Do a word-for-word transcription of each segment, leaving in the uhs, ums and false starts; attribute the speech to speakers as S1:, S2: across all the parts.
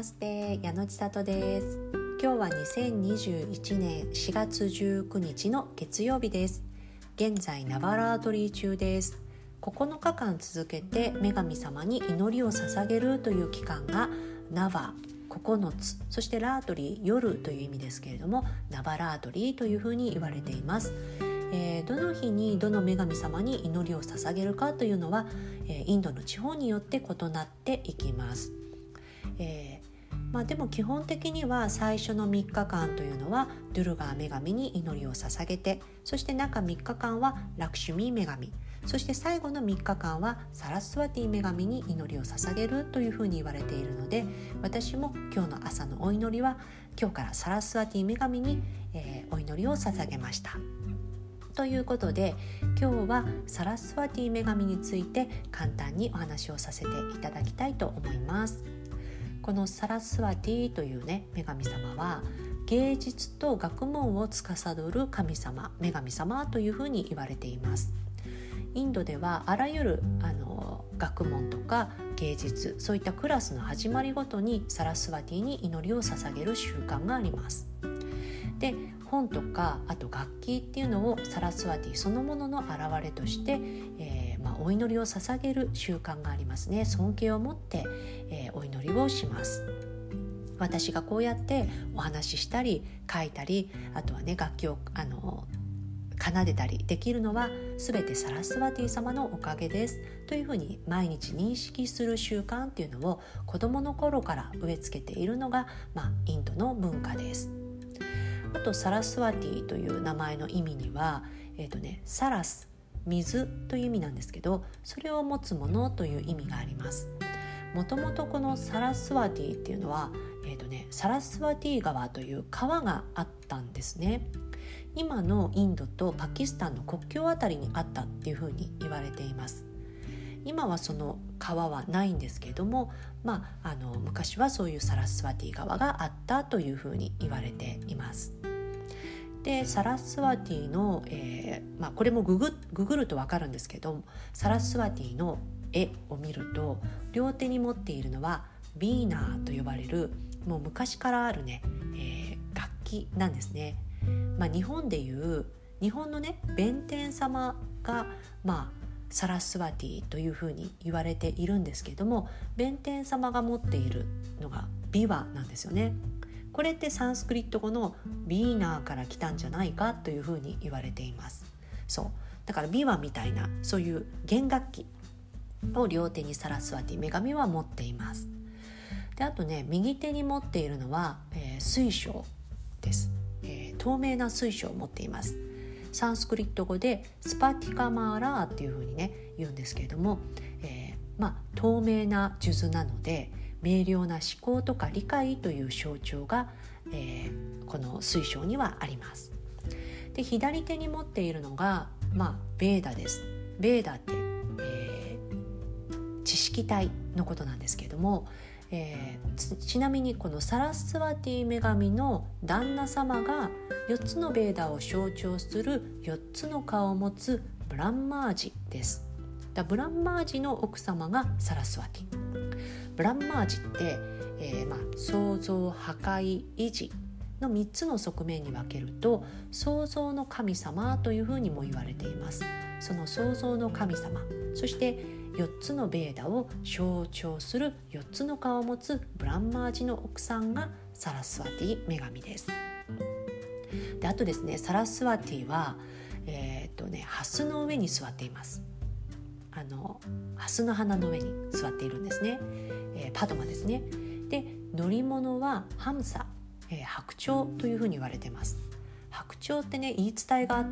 S1: マステ、矢野千里です。今日はにせんにじゅういちねんしがつじゅうくにちの月曜日です。現在ナバラートリー中です。ここのかかん続けて女神様に祈りを捧げるという期間がナバここのつ、そしてラートリー夜という意味ですけれども、ナバラートリーというふうに言われています。えー、どの日にどの女神様に祈りを捧げるかというのは、えー、インドの地方によって異なっていきます。えーまあ、でも基本的には最初のみっかかんというのはドゥルガー女神に祈りを捧げて、そして中みっかかんはラクシュミー女神、そして最後のみっかかんはサラスワティ女神に祈りを捧げるというふうに言われているので、私も今日の朝のお祈りは今日からサラスワティ女神に、えー、お祈りを捧げました。ということで今日はサラスワティ女神について簡単にお話をさせていただきたいと思います。このサラスワティというね女神様は芸術と学問を司る神様、女神様というふうに言われています。インドではあらゆるあの学問とか芸術、そういったクラスの始まりごとにサラスワティに祈りを捧げる習慣があります。で、本とかあと楽器っていうのをサラスワティそのものの現れとして、えーまあ、お祈りを捧げる習慣がありますね。尊敬を持って、えー、お祈りをします。私がこうやってお話ししたり書いたり、あとはね楽器をあの奏でたりできるのは全てサラスワティ様のおかげですというふうに毎日認識する習慣っていうのを子どもの頃から植え付けているのが、まあ、インドの文化です。あとサラスワティという名前の意味には、えーとね、サラス、水という意味なんですけど、それを持つものという意味があります。もともとこのサラスワティっていうのは、えーとね、サラスワティ川という川があったんですね。今のインドとパキスタンの国境あたりにあったっていうふうに言われています。今はその川はないんですけれども、まあ、あの昔はそういうサラスワティ川があったというふうに言われています。でサラスワティの、えーまあ、これもググ、ググると分かるんですけど、サラスワティの絵を見ると両手に持っているのはビーナーと呼ばれるもう昔からあるね、えー、楽器なんですね。まあ、日本でいう日本のね弁天様が、まあ、サラスワティというふうに言われているんですけども、弁天様が持っているのがビワなんですよね。これってサンスクリット語のビーナーから来たんじゃないかというふうに言われています。そうだからビワみたいなそういう弦楽器を両手にサラスワティ女神は持っています。であとね右手に持っているのは、えー、水晶です。えー、透明な水晶を持っています。サンスクリット語でスパティカマーラーっていうふうにね言うんですけれども、えーまあ、透明な数珠なので明瞭な思考とか理解という象徴が、えー、この水晶にはあります。で左手に持っているのが、まあ、ベーダです。ベーダって、えー、知識体のことなんですけれども、えー、ちなみにこのサラスワティ女神の旦那様がよっつのベーダを象徴するよっつの顔を持つブランマージです。だブランマージの奥様がサラスワティ。ブランマージって、えーまあ、創造、破壊、維持のみっつの側面に分けると創造の神様というふうにも言われています。その創造の神様、そしてよっつのベーダを象徴するよっつの顔を持つブランマージの奥さんがサラスワティ女神です。であとですね、サラスワティは、えーっとね、ハスの上に座っています。あのハスの花の上に座っているんですね。えー、パドマですね。で乗り物はハムサ、えー、白鳥というふうに言われています。白鳥ってね言い伝えがあって、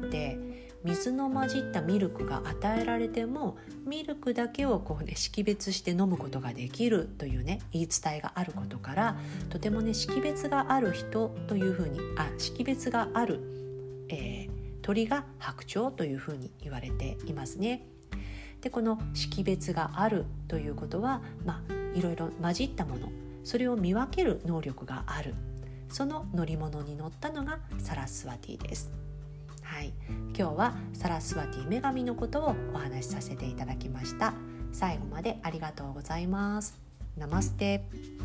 S1: 水の混じったミルクが与えられてもミルクだけをこう、ね、識別して飲むことができるというね言い伝えがあることから、とてもね識別がある人というふうにあ識別がある、えー、鳥が白鳥というふうに言われていますね。でこの識別があるということは、まあ、いろいろ混じったもの、それを見分ける能力がある、その乗り物に乗ったのがサラスワティです。はい、今日はサラスワティ女神のことをお話しさせていただきました。最後までありがとうございます。ナマステ。